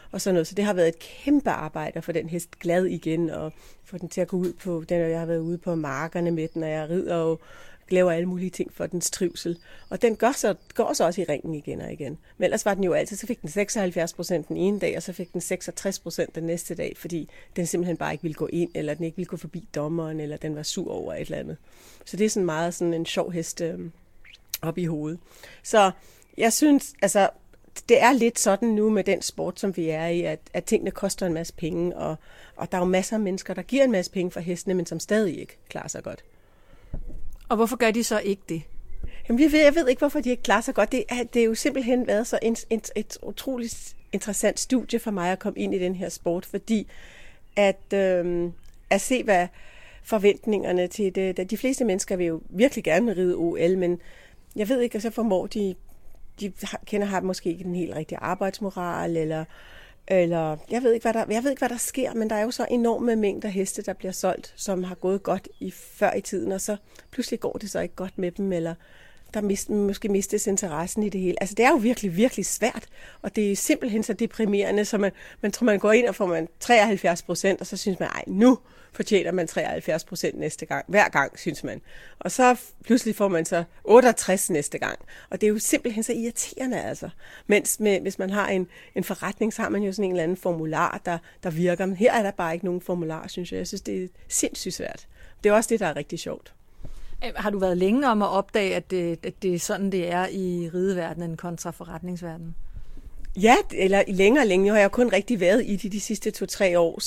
[SPEAKER 3] og sådan noget. Så det har været et kæmpe arbejde at få den hest glad igen, og få den til at gå ud på den, og jeg har været ude på markerne med den, og jeg rider og laver alle mulige ting for dens trivsel. Og den går så også i ringen igen og igen. Men ellers var den jo altid, så fik den 76% den ene dag, og så fik den 66% den næste dag, fordi den simpelthen bare ikke ville gå ind, eller den ikke ville gå forbi dommeren, eller den var sur over et eller andet. Så det er sådan meget sådan en sjov hest op i hovedet. Så jeg synes, altså, det er lidt sådan nu med den sport, som vi er i, at tingene koster en masse penge, og der er jo masser af mennesker, der giver en masse penge for hestene, men som stadig ikke klarer sig godt.
[SPEAKER 1] Og hvorfor gør de så ikke det?
[SPEAKER 3] Jamen, jeg ved ikke, hvorfor de ikke klarer sig godt. Det er jo simpelthen været så et utroligt interessant studie for mig at komme ind i den her sport, fordi at se, hvad forventningerne til det. De fleste mennesker vil jo virkelig gerne ride OL, men jeg ved ikke, så formår de har måske ikke den helt rigtige arbejdsmoral, eller jeg ved ikke, hvad der sker, men der er jo så enorme mængder heste, der bliver solgt, som har gået godt før i tiden, og så pludselig går det så ikke godt med dem, eller der måske mistes interessen i det hele. Altså, det er jo virkelig, virkelig svært, og det er simpelthen så deprimerende, så man tror, man går ind og får man 73%, og så synes man, nu fortjener man 73% næste gang. Hver gang, synes man. Og så pludselig får man så 68 næste gang. Og det er jo simpelthen så irriterende, altså. Mens hvis man har en forretning, så har man jo sådan en eller anden formular, der virker. Men her er der bare ikke nogen formular, synes jeg. Jeg synes, det er sindssygt svært. Det er også det, der er rigtig sjovt.
[SPEAKER 1] Har du været længe om at opdage, at det er sådan, det er i rideverdenen kontra forretningsverdenen?
[SPEAKER 3] Ja, eller længe. Nu har jeg kun rigtig været i de sidste 2-3 år,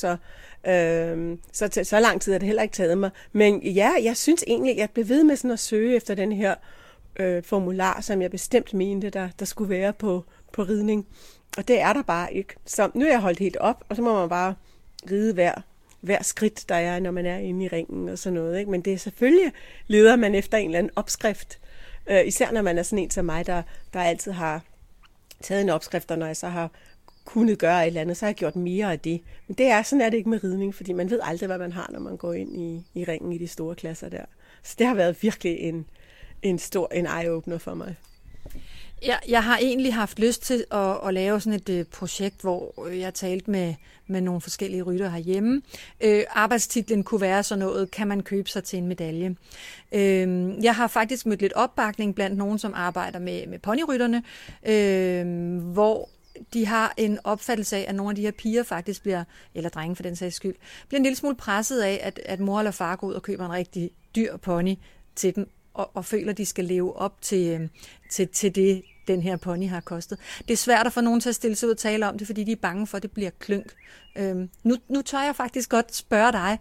[SPEAKER 3] så lang tid har det heller ikke taget mig. Men ja, jeg synes egentlig, at jeg blev ved med sådan at søge efter den her formular, som jeg bestemt mente, der skulle være på ridning. Og det er der bare ikke. Så nu er jeg holdt helt op, og så må man bare ride hver skridt, der er, når man er inde i ringen og sådan noget. Ikke? Men det er selvfølgelig, leder man efter en eller anden opskrift. Især når man er sådan en som mig, der altid har taget en opskrift, og når jeg så har kunnet gøre et eller andet, så har jeg gjort mere af det. Men sådan er det ikke med ridning, fordi man ved aldrig, hvad man har, når man går ind i ringen i de store klasser der. Så det har været virkelig en eye-opener for mig.
[SPEAKER 1] Ja, jeg har egentlig haft lyst til at lave sådan et projekt, hvor jeg talte med nogle forskellige ryttere herhjemme. Arbejdstitlen kunne være sådan noget, kan man købe sig til en medalje? Jeg har faktisk mødt lidt opbakning blandt nogen, som arbejder med ponyrytterne, hvor de har en opfattelse af, at nogle af de her piger faktisk bliver, eller drenge for den sags skyld, bliver en lille smule presset af, at mor eller far går ud og køber en rigtig dyr pony til dem, og føler, at de skal leve op til det, den her pony har kostet. Det er svært at få nogen til at stille sig ud og tale om det, fordi de er bange for, at det bliver klynk. Nu tør jeg faktisk godt spørge dig.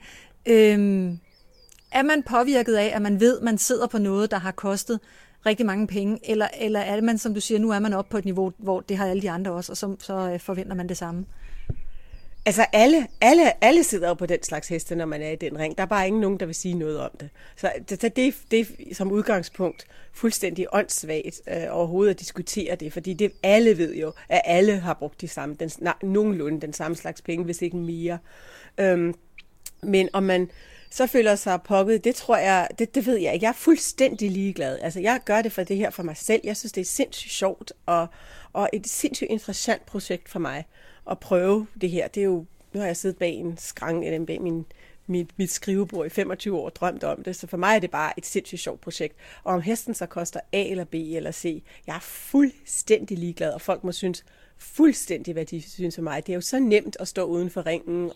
[SPEAKER 1] Er man påvirket af, at man ved, at man sidder på noget, der har kostet rigtig mange penge, eller er man, som du siger, nu er man oppe på et niveau, hvor det har alle de andre også, og så forventer man det samme?
[SPEAKER 3] Altså alle sidder jo på den slags heste, når man er i den ring. Der er bare nogen, der vil sige noget om det. Så det er som udgangspunkt fuldstændig åndssvagt overhovedet at diskutere det, fordi det alle ved jo, at alle har brugt nogenlunde den samme slags penge, hvis ikke mere. Men om man så føler sig pokket, det tror jeg, det ved jeg ikke. Jeg er fuldstændig ligeglad. Altså jeg gør det for det her for mig selv. Jeg synes, det er sindssygt sjovt og et sindssygt interessant projekt for mig at prøve det her. Det er jo, nu har jeg siddet bag en skranke, eller bag mit skrivebord i 25 år og drømt om det, så for mig er det bare et sindssygt sjovt projekt. Og om hesten så koster A eller B eller C, jeg er fuldstændig ligeglad, og folk må synes fuldstændig, hvad de synes om mig. Det er jo så nemt at stå uden for ringen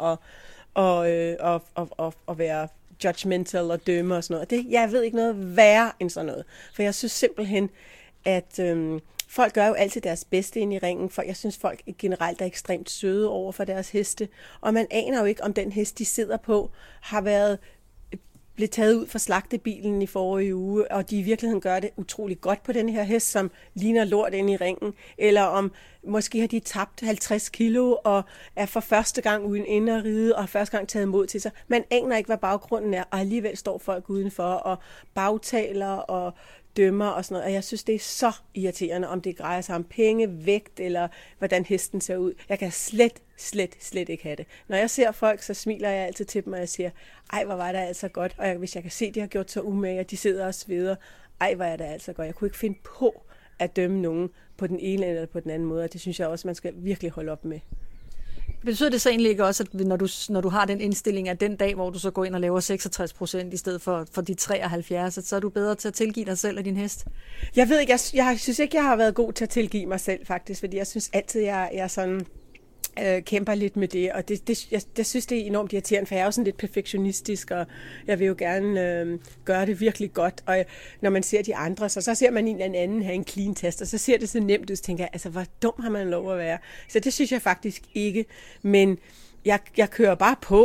[SPEAKER 3] og være judgmental og dømme og sådan noget. Jeg ved ikke noget værre end sådan noget, for jeg synes simpelthen, at folk gør jo altid deres bedste ind i ringen, for jeg synes, folk generelt er ekstremt søde over for deres heste, og man aner jo ikke, om den hest, de sidder på, har blevet taget ud fra slagtebilen i forrige uge, og de i virkeligheden gør det utrolig godt på den her hest, som ligner lort inde i ringen, eller om måske har de tabt 50 kilo, og er for første gang uden inde at ride, og har første gang taget mod til sig. Man aner ikke, hvad baggrunden er, og alligevel står folk udenfor, og bagtaler, og dømmer og sådan noget, og jeg synes, det er så irriterende, om det drejer sig om penge, vægt, eller hvordan hesten ser ud. Jeg kan slet ikke have det. Når jeg ser folk, så smiler jeg altid til dem, og jeg siger, ej, hvor var det altså godt, og hvis jeg kan se, at de har gjort så umage, og de sidder og sveder, ej, hvor er det altså godt. Jeg kunne ikke finde på at dømme nogen på den ene eller på den anden måde, og det synes jeg også, man skal virkelig holde op med.
[SPEAKER 1] Betyder det så egentlig ikke også, at når du har den indstilling, at den dag, hvor du så går ind og laver 66% i stedet for de 73, så er du bedre til at tilgive dig selv og din hest?
[SPEAKER 3] Jeg ved ikke, jeg synes ikke, jeg har været god til at tilgive mig selv faktisk, fordi jeg synes altid, jeg sådan kæmper lidt med det, og jeg synes, det er enormt irriterende, for jeg er jo sådan lidt perfektionistisk, og jeg vil jo gerne gøre det virkelig godt, og når man ser de andre, så ser man en eller anden have en clean test, og så ser det så nemt ud, så tænker jeg, altså hvor dum har man lov at være? Så det synes jeg faktisk ikke, men jeg kører bare på,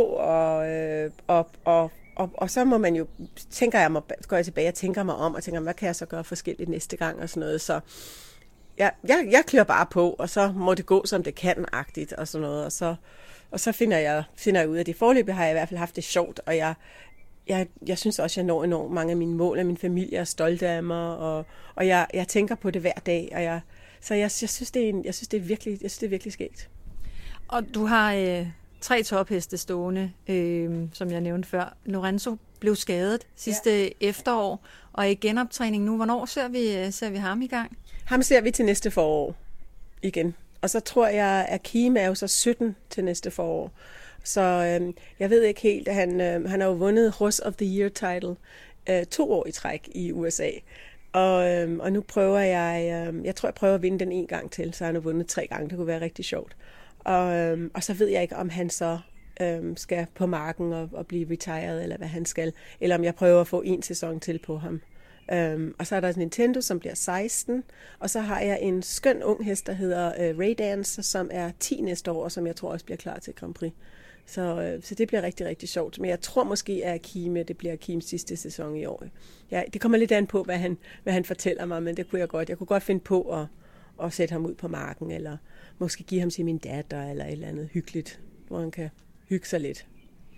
[SPEAKER 3] og så må man jo, går jeg tilbage og tænker mig om, og tænker, hvad kan jeg så gøre forskelligt næste gang, og sådan noget, så jeg klør bare på, og så må det gå, som det kan-agtigt, og sådan noget, og så finder jeg ud af det. Foreløbig har jeg i hvert fald haft det sjovt, og jeg synes også, jeg når enormt mange af mine mål, og min familie er stolte af mig, og jeg tænker på det hver dag, så jeg synes, det er virkelig skægt.
[SPEAKER 1] Og du har 3 topheste stående, som jeg nævnte før. Lorenzo blev skadet sidste efterår, og i genoptræning nu. Hvornår ser vi ham i gang?
[SPEAKER 3] Ham ser vi til næste forår igen. Og så tror jeg, at Kim er jo så 17 til næste forår. Så jeg ved ikke helt, at han har jo vundet Horse of the Year title 2 år i træk i USA. Og nu prøver jeg tror jeg prøver at vinde den en gang til, så han har vundet 3 gange. Det kunne være rigtig sjovt. Og så ved jeg ikke, om han så skal på marken og blive retired, eller hvad han skal. Eller om jeg prøver at få 1 sæson til på ham. Og så er der Nintendo, som bliver 16, og så har jeg en skøn ung hest, der hedder Raydance, som er 10 næste år, og som jeg tror også bliver klar til Grand Prix. Så det bliver rigtig, rigtig sjovt. Men jeg tror måske, at det bliver Kims sidste sæson i år. Ja, det kommer lidt an på, hvad han fortæller mig, men det kunne jeg godt. Jeg kunne godt finde på at sætte ham ud på marken, eller måske give ham til min datter, eller et eller andet hyggeligt, hvor han kan hygge sig lidt.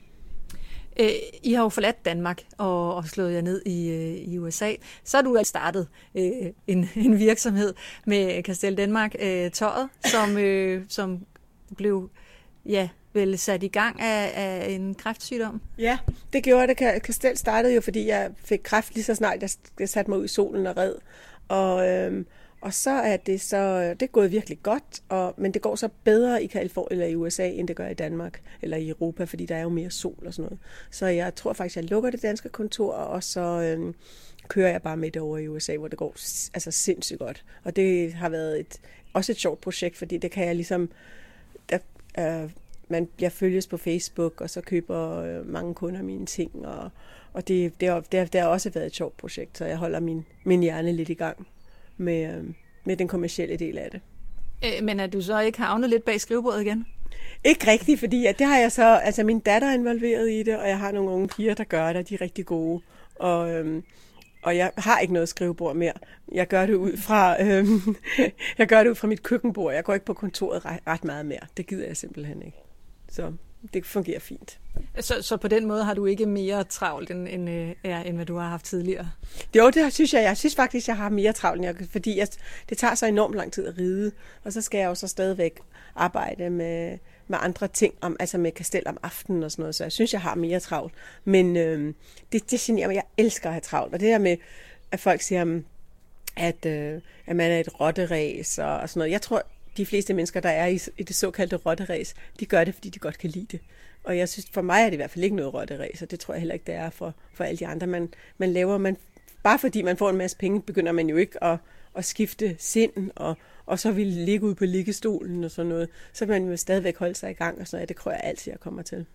[SPEAKER 1] I har jo forladt Danmark og slået jer ned i USA. Så har du altså startet en virksomhed med Castell Denmark tøjet, som blev vel sat i gang af en kræftsygdom. Ja,
[SPEAKER 3] det gjorde det. Castell startede jo, fordi jeg fik kræft lige så snart, jeg satte mig ud i solen og red. Og så er det det er gået virkelig godt, men det går så bedre i Californien eller i USA, end det gør i Danmark eller i Europa, fordi der er jo mere sol og sådan noget. Så jeg tror faktisk, jeg lukker det danske kontor, og så kører jeg bare med det over i USA, hvor det går altså sindssygt godt. Og det har været også et sjovt projekt, fordi det kan jeg ligesom... Jeg følges på Facebook, og så køber mange kunder mine ting, og det har også været et sjovt projekt, så jeg holder min hjerne lidt i gang med den kommercielle del af det.
[SPEAKER 1] Men er du så ikke havnet lidt bag skrivebordet igen?
[SPEAKER 3] Ikke rigtigt, fordi det har jeg så... Altså min datter er involveret i det, og jeg har nogle unge piger, der gør det, de er rigtig gode. Og jeg har ikke noget skrivebord mere. Jeg gør det ud fra mit køkkenbord. Jeg går ikke på kontoret ret meget mere. Det gider jeg simpelthen ikke. Så det fungerer fint.
[SPEAKER 1] Så på den måde har du ikke mere travlt, end hvad du har haft tidligere?
[SPEAKER 3] Jo, det synes jeg. Jeg synes faktisk, jeg har mere travlt, fordi det tager så enormt lang tid at ride. Og så skal jeg jo så stadigvæk arbejde med andre ting, altså med Castell om aftenen og sådan noget. Så jeg synes, jeg har mere travlt. Men det generer mig. Jeg elsker at have travlt. Og det der med, at folk siger, at man er et rotteræs og sådan noget. Jeg tror, de fleste mennesker, der er i det såkaldte rotteræs, de gør det, fordi de godt kan lide det. Og jeg synes, for mig er det i hvert fald ikke noget rotteræs, og det tror jeg heller ikke, det er for alle de andre. Bare fordi man får en masse penge, begynder man jo ikke at skifte sind, og så vil ligge ude på liggestolen og sådan noget. Så vil man jo stadigvæk holde sig i gang, og sådan noget. Det tror jeg altid, jeg kommer til.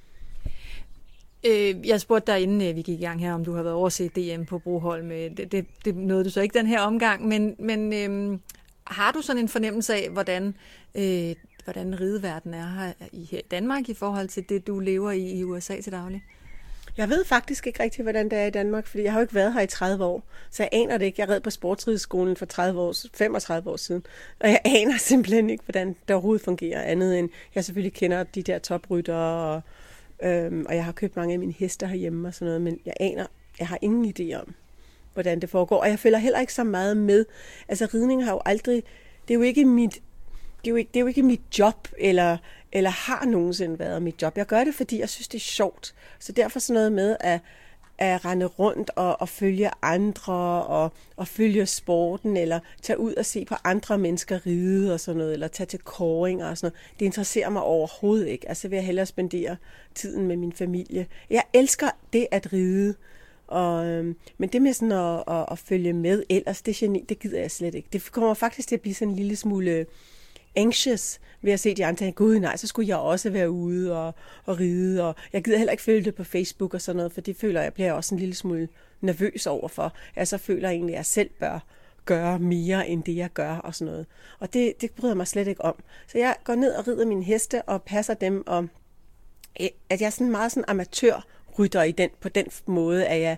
[SPEAKER 1] Jeg spurgte dig, inden vi gik i gang her, om du har været overset DM på Broholm. Det nåede du så ikke den her omgang, men har du sådan en fornemmelse af, hvordan rideverdenen er her i Danmark i forhold til det, du lever i USA til daglig?
[SPEAKER 3] Jeg ved faktisk ikke rigtig, hvordan det er i Danmark, fordi jeg har jo ikke været her i 30 år, så jeg aner det ikke. Jeg red på sportsrideskolen for 35 år siden, og jeg aner simpelthen ikke, hvordan det overhovedet fungerer, andet end jeg selvfølgelig kender de der topryttere, og jeg har købt mange af mine heste herhjemme og sådan noget, men jeg har ingen idé om, hvordan det foregår, og jeg følger heller ikke så meget med. Altså ridning har jo aldrig, det er jo ikke mit job, eller har nogensinde været mit job. Jeg gør det, fordi jeg synes, det er sjovt. Så derfor sådan noget med at rende rundt og følge andre og følge sporten, eller tage ud og se på andre mennesker ride og sådan noget, eller tage til kåringer og sådan noget. Det interesserer mig overhovedet ikke. Altså vil jeg hellere spendere tiden med min familie. Jeg elsker det at ride, men det med sådan at følge med ellers, det gider jeg slet ikke. Det kommer faktisk til at blive sådan en lille smule anxious ved at se de andre. Gud nej, så skulle jeg også være ude og ride, og jeg gider heller ikke følge det på Facebook og sådan noget, for det føler jeg bliver også en lille smule nervøs overfor. Jeg så føler egentlig, at jeg selv bør gøre mere end det jeg gør og sådan noget. Og det bryder mig slet ikke om. Så jeg går ned og rider mine heste og passer dem, og at jeg er sådan meget sådan amatørrytter på den måde, at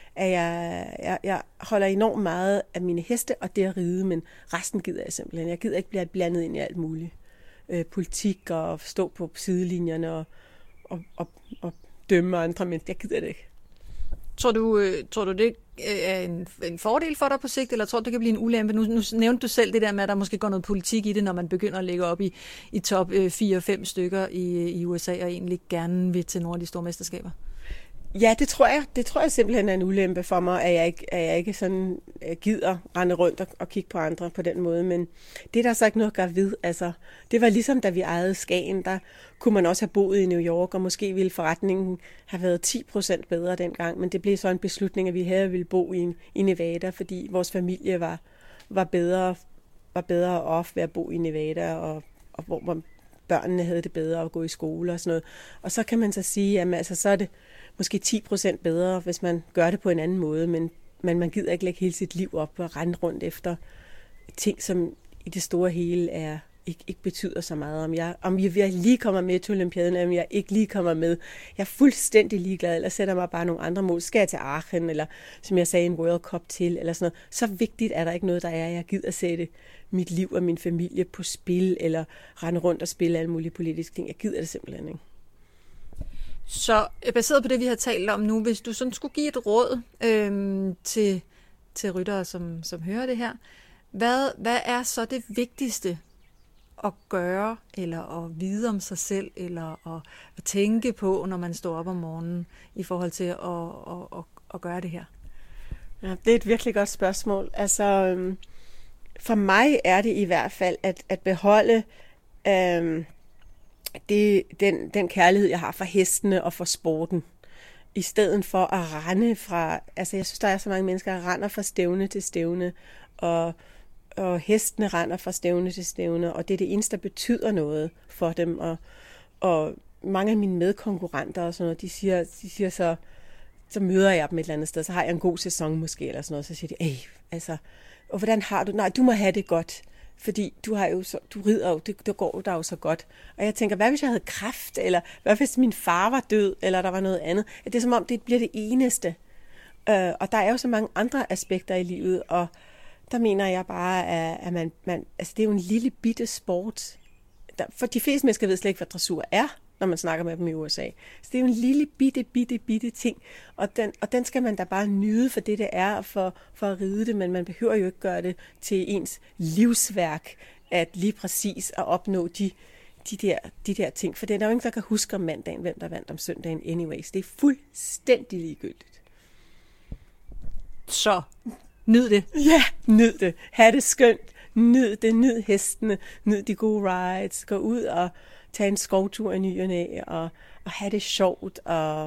[SPEAKER 3] jeg holder enormt meget af mine heste og det at ride, men resten gider jeg simpelthen. Jeg gider ikke blive blandet ind i alt muligt. Politik og stå på sidelinjerne og dømme andre mennesker. Jeg gider det ikke.
[SPEAKER 1] Tror du det er en fordel for dig på sigt, eller tror du, det kan blive en ulempe? Nu nævnte du selv det der med, at der måske går noget politik i det, når man begynder at lægge op i top 4-5 stykker i USA, og egentlig gerne vil til nogle af de store mesterskaber.
[SPEAKER 3] Ja, det tror jeg. Det tror jeg simpelthen er en ulempe for mig, at jeg ikke sådan gider rende rundt og kigge på andre på den måde. Men det er der så ikke noget at gøre ved. Altså, det var ligesom, da vi ejede Skagen, der kunne man også have boet i New York, og måske ville forretningen have været 10% bedre dengang. Men det blev så en beslutning, at vi her ville bo i Nevada, fordi vores familie var bedre off ved at bo i Nevada, og hvor børnene havde det bedre at gå i skole og sådan noget. Og så kan man så sige, at altså, så er det måske 10% bedre, hvis man gør det på en anden måde, men man gider ikke lægge hele sit liv op og rende rundt efter ting, som i det store hele ikke betyder så meget. Om jeg lige kommer med til Olympiaden, eller om jeg ikke lige kommer med. Jeg er fuldstændig ligeglad, eller sætter mig bare nogle andre mål. Skal jeg til Aachen, eller som jeg sagde, en World Cup til, eller sådan noget. Så vigtigt er der ikke noget, der er. Jeg gider sætte mit liv og min familie på spil, eller rende rundt og spille alle mulige politiske ting. Jeg gider det simpelthen ikke.
[SPEAKER 1] Så baseret på det, vi har talt om nu, hvis du sådan skulle give et råd til ryttere, som hører det her, hvad er så det vigtigste at gøre, eller at vide om sig selv, eller at tænke på, når man står op om morgenen, i forhold til at gøre det her?
[SPEAKER 3] Ja, det er et virkelig godt spørgsmål. Altså, for mig er det i hvert fald at beholde den kærlighed, jeg har for hestene og for sporten, i stedet for at rende fra, altså jeg synes, der er så mange mennesker, der render fra stævne til stævne, og hestene render fra stævne til stævne, og det er det eneste, der betyder noget for dem, og mange af mine medkonkurrenter og sådan noget, de siger så møder jeg dem et eller andet sted, så har jeg en god sæson måske, eller sådan noget, så siger de, altså, og hvordan har du, nej, du må have det godt, fordi du rider jo, det går der jo så godt. Og jeg tænker, hvad hvis jeg havde kræft, eller hvad hvis min far var død, eller der var noget andet? Det er som om, det bliver det eneste. Og der er jo så mange andre aspekter i livet, og der mener jeg bare, at man altså det er jo en lille bitte sport. For de fleste mennesker ved slet ikke, hvad dressur er, når man snakker med dem i USA. Så det er jo en lille bitte ting, og den skal man da bare nyde for det er, for at ride det, men man behøver jo ikke gøre det til ens livsværk, at lige præcis at opnå de der ting. For det er der jo ingen, der kan huske om mandagen, hvem der vandt om søndagen anyways. Det er fuldstændig ligegyldigt.
[SPEAKER 1] Så nyd det.
[SPEAKER 3] Ja, nyd det. Ha' det skønt. Nyd det. Nyd hestene. Nyd de gode rides. Gå ud og tage en skovtur i ny og næ, og have det sjovt,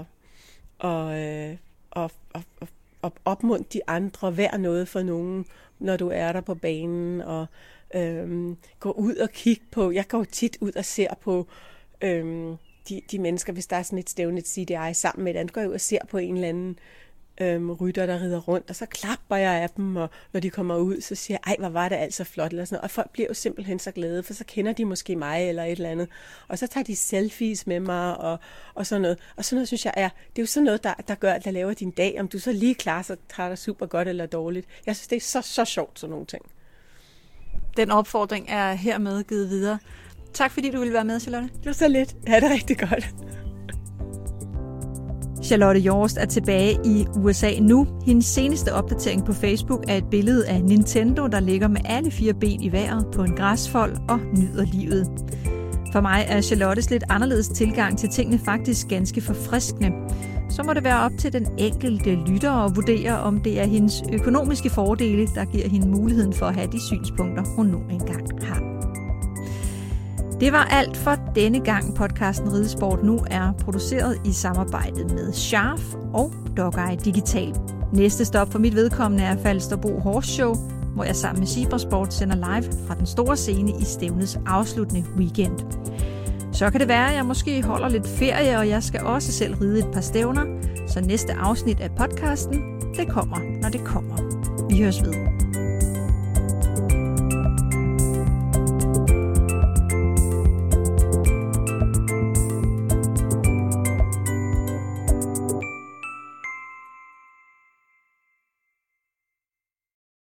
[SPEAKER 3] og opmuntre de andre, vær noget for nogen, når du er der på banen, og gå ud og kigge på, jeg går tit ud og ser på de mennesker, hvis der er sådan et stævne, et CDI sammen med et andet, går jeg ud og ser på en eller anden rytter, der rider rundt, og så klapper jeg af dem, og når de kommer ud, så siger jeg, hvor var det altså flot, eller sådan noget. Og folk bliver jo simpelthen så glade, for så kender de måske mig, eller et eller andet, og så tager de selfies med mig, og sådan noget. Og sådan noget, synes jeg, det er jo sådan noget, der gør, at der laver din dag, om du så lige klarer sig, tager dig super godt eller dårligt. Jeg synes, det er så sjovt, sådan nogle ting.
[SPEAKER 1] Den opfordring er hermed givet videre. Tak fordi du ville være med, Charlotte.
[SPEAKER 3] Det var så lidt. Ja, det er rigtig godt.
[SPEAKER 1] Charlotte Hjorst er tilbage i USA nu. Hendes seneste opdatering på Facebook er et billede af Nintendo, der ligger med alle 4 ben i vejret på en græsfold og nyder livet. For mig er Charlottes lidt anderledes tilgang til tingene faktisk ganske forfriskende. så må det være op til den enkelte lytter at vurdere, om det er hendes økonomiske fordele, der giver hende muligheden for at have de synspunkter, hun nu engang har. Det var alt for denne gang. Podcasten Ridesport Nu er produceret i samarbejde med Scharf og Dogeye Digital. Næste stop for mit vedkommende er Falsterbo Horse Show, hvor jeg sammen med Cibrasport sender live fra den store scene i stævnets afsluttende weekend. Så kan det være, at jeg måske holder lidt ferie, og jeg skal også selv ride et par stævner. Så næste afsnit af podcasten, det kommer, når det kommer. Vi høres ved.